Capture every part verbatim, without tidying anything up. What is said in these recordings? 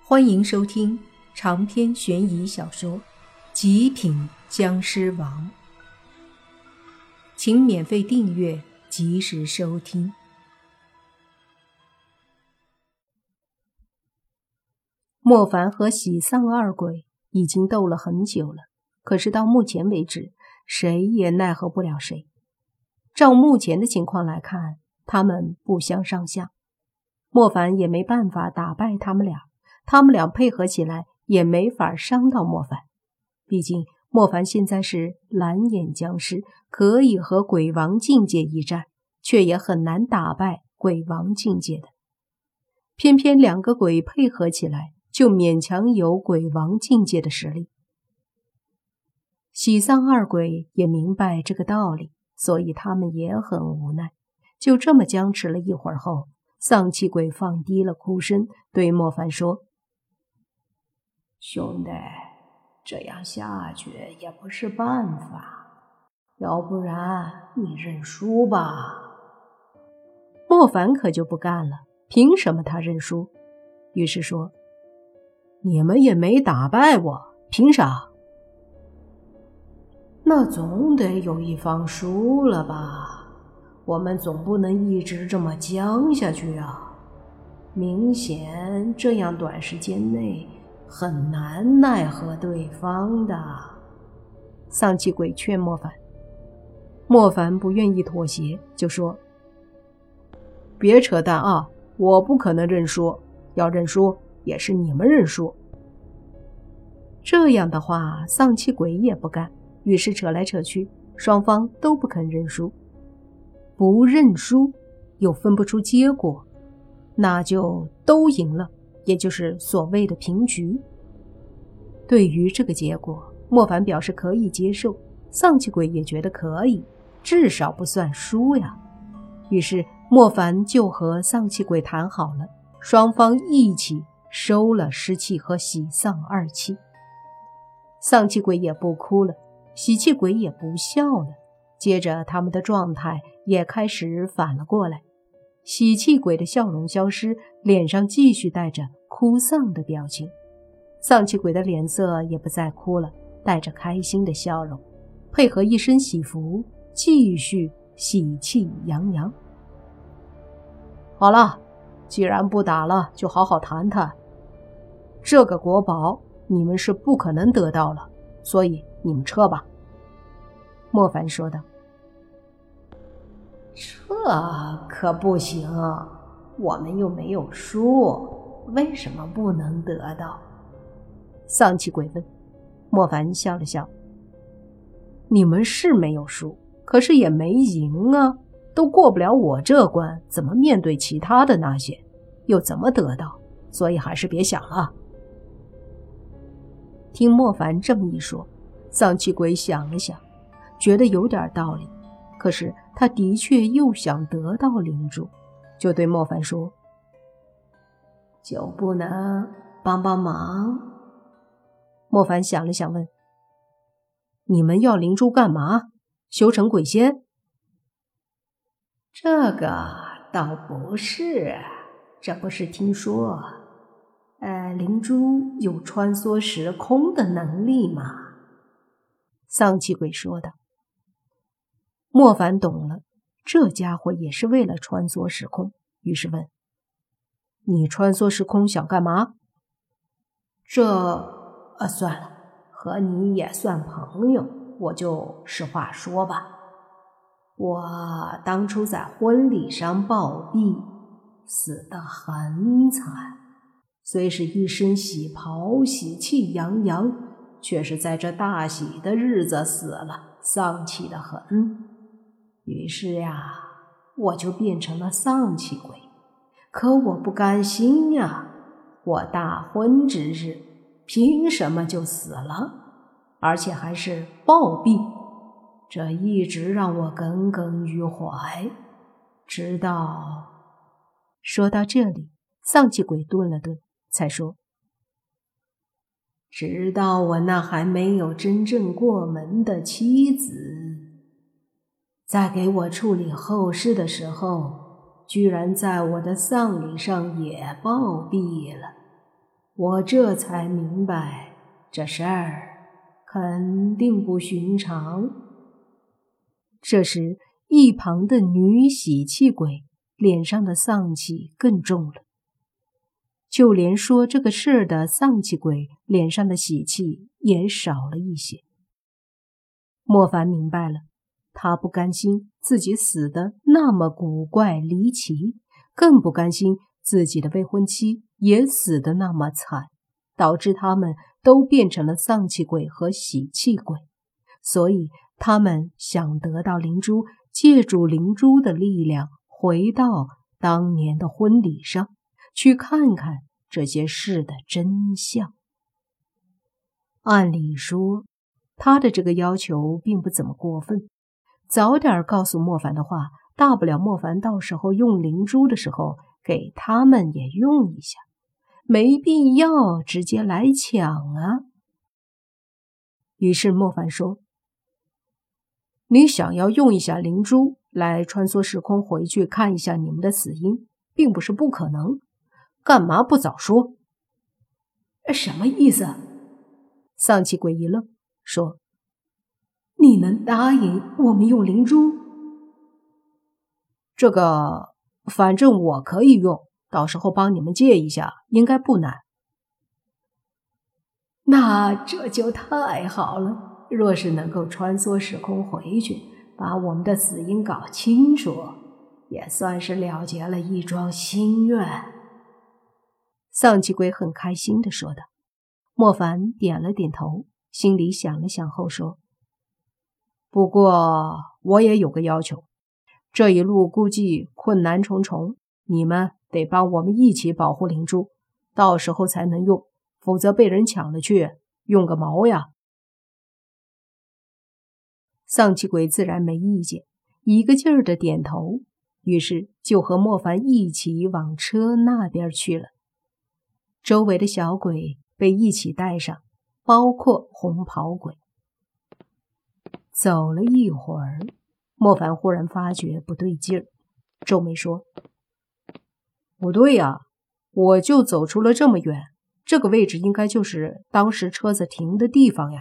欢迎收听长篇悬疑小说《极品僵尸王》，请免费订阅，及时收听。莫凡和喜丧二鬼已经斗了很久了，可是到目前为止，谁也奈何不了谁。照目前的情况来看，他们不相上下，莫凡也没办法打败他们俩，他们俩配合起来也没法伤到莫凡。毕竟莫凡现在是蓝眼僵尸，可以和鬼王境界一战，却也很难打败鬼王境界的。偏偏两个鬼配合起来，就勉强有鬼王境界的实力。喜丧二鬼也明白这个道理，所以他们也很无奈。就这么僵持了一会儿后，丧气鬼放低了哭声，对莫凡说： 兄弟，这样下去也不是办法，要不然你认输吧。 莫凡可就不干了，凭什么他认输？于是说： 你们也没打败我，凭啥？ 那总得有一方输了吧，我们总不能一直这么僵下去啊。明显这样短时间内很难奈何对方的。 丧气鬼劝莫凡，莫凡不愿意妥协，就说： 别扯淡啊，我不可能认输，要认输也是你们认输。 这样的话，丧气鬼也不干，于是扯来扯去，双方都不肯认输。不认输又分不出结果，那就都赢了，也就是所谓的平局。对于这个结果，莫凡表示可以接受，丧气鬼也觉得可以，至少不算输呀。于是莫凡就和丧气鬼谈好了，双方一起收了尸气和喜丧二气。丧气鬼也不哭了，喜气鬼也不笑了，接着他们的状态也开始反了过来。喜气鬼的笑容消失，脸上继续带着哭丧的表情。丧气鬼的脸色也不再哭了，带着开心的笑容，配合一身喜服，继续喜气洋洋。 好了，既然不打了，就好好谈谈。这个国宝你们是不可能得到了，所以你们撤吧。 莫凡说道。 这可不行，我们又没有输，为什么不能得到？ 丧气鬼问。莫凡笑了笑，你们是没有输，可是也没赢啊，都过不了我这关，怎么面对其他的那些，又怎么得到？所以还是别想了。听莫凡这么一说，丧气鬼想了想，觉得有点道理，可是他的确又想得到灵珠，就对莫凡说： 就不能帮帮忙？ 莫凡想了想问：你们要灵珠干嘛？修成鬼仙？ 这个倒不是，这不是听说呃，灵珠有穿梭时空的能力吗？ 丧气鬼说道。莫凡懂了，这家伙也是为了穿梭时空，于是问：你穿梭时空想干嘛？ 这呃，算了，和你也算朋友，我就实话说吧。我当初在婚礼上暴毙，死得很惨，虽是一身喜袍，喜气洋洋，却是在这大喜的日子死了，丧气得很。于是呀，我就变成了丧气鬼。可我不甘心呀，我大婚之日凭什么就死了，而且还是暴毙？这一直让我耿耿于怀，直到…… 说到这里，丧气鬼顿了顿，才说： 直到我那还没有真正过门的妻子，在给我处理后事的时候，居然在我的丧礼上也暴毙了。 我这才明白这事儿肯定不寻常。 这时，一旁的女喜气鬼脸上的丧气更重了，就连说这个事儿的丧气鬼脸上的喜气也少了一些。莫凡明白了，他不甘心自己死的那么古怪离奇，更不甘心自己的未婚妻也死的那么惨，导致他们都变成了丧气鬼和喜气鬼。所以他们想得到灵珠，借助灵珠的力量回到当年的婚礼上，去看看这些事的真相。按理说，他的这个要求并不怎么过分，早点告诉莫凡的话，大不了莫凡到时候用灵珠的时候给他们也用一下，没必要直接来抢啊。于是莫凡说，你想要用一下灵珠来穿梭时空回去看一下你们的死因，并不是不可能，干嘛不早说？ 什么意思？ 丧气鬼一愣，说， 你能答应我们用灵珠？ 这个反正我可以用，到时候帮你们借一下，应该不难。 那这就太好了，若是能够穿梭时空回去，把我们的死因搞清楚，也算是了结了一桩心愿。 丧气鬼很开心地说道。莫凡点了点头，心里想了想后说， 不过我也有个要求，这一路估计困难重重，你们得帮我们一起保护灵珠，到时候才能用，否则被人抢了去，用个毛呀！ 丧气鬼自然没意见，一个劲儿的点头，于是就和莫凡一起往车那边去了。周围的小鬼被一起带上，包括红袍鬼。走了一会儿，莫凡忽然发觉不对劲儿，皱眉说， 不对呀，我就走出了这么远，这个位置应该就是当时车子停的地方呀。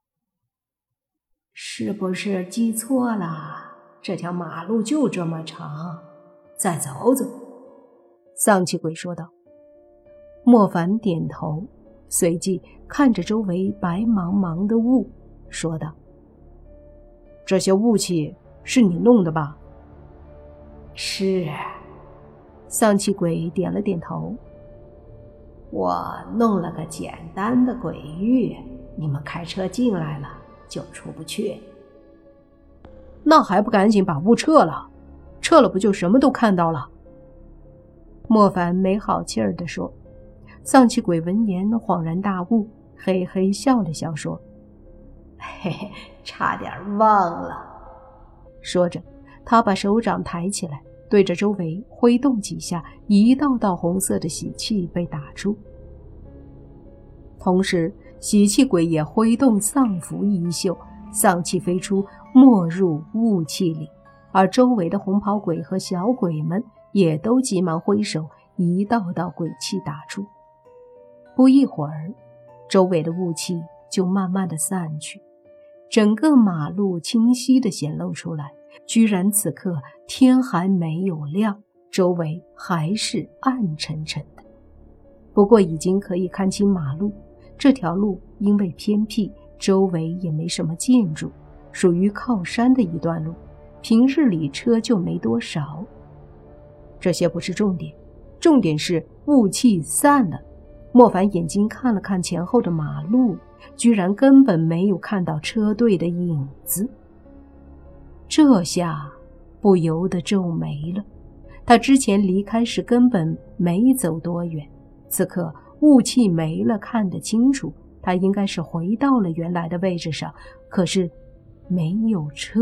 是不是记错了？这条马路就这么长，再走走。 丧气鬼说道。莫凡点头，随即看着周围白茫茫的雾，说道， 这些雾气是你弄的吧？ 是。 丧气鬼点了点头。 我弄了个简单的鬼域，你们开车进来了就出不去。 那还不赶紧把雾撤了？撤了不就什么都看到了？ 莫凡没好气儿地说。丧气鬼闻言恍然大悟，嘿嘿笑了笑说， 嘿嘿，差点忘了。 说着，他把手掌抬起来，对着周围挥动几下，一道道红色的喜气被打出。同时，喜气鬼也挥动丧符一袖，丧气飞出，没入雾气里，而周围的红袍鬼和小鬼们也都急忙挥手，一道道鬼气打出。不一会儿，周围的雾气就慢慢的散去，整个马路清晰的显露出来。居然此刻天还没有亮，周围还是暗沉沉的。不过已经可以看清马路，这条路因为偏僻，周围也没什么建筑，属于靠山的一段路，平日里车就没多少。这些不是重点，重点是雾气散了。莫凡眼睛看了看前后的马路，居然根本没有看到车队的影子。这下不由得皱眉了，他之前离开时根本没走多远，此刻雾气没了，看得清楚，他应该是回到了原来的位置上，可是没有车。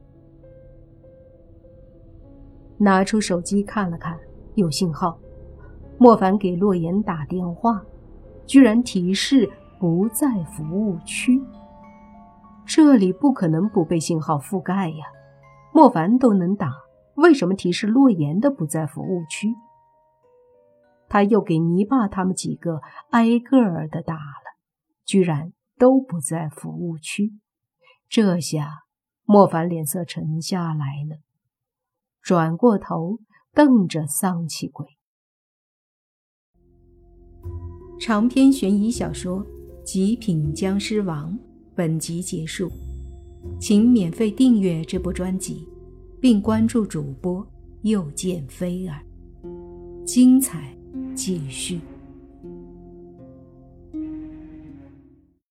拿出手机看了看，有信号。莫凡给洛言打电话，居然提示不在服务区。这里不可能不被信号覆盖呀，莫凡都能打，为什么提示洛言的不在服务区？ 他又给泥巴他们几个挨个儿的打了，居然都不在服务区。这下莫凡脸色沉下来了，转过头瞪着丧气鬼。长篇悬疑小说《极品僵尸王》本集结束，请免费订阅这部专辑，并关注主播又见菲儿，精彩继续。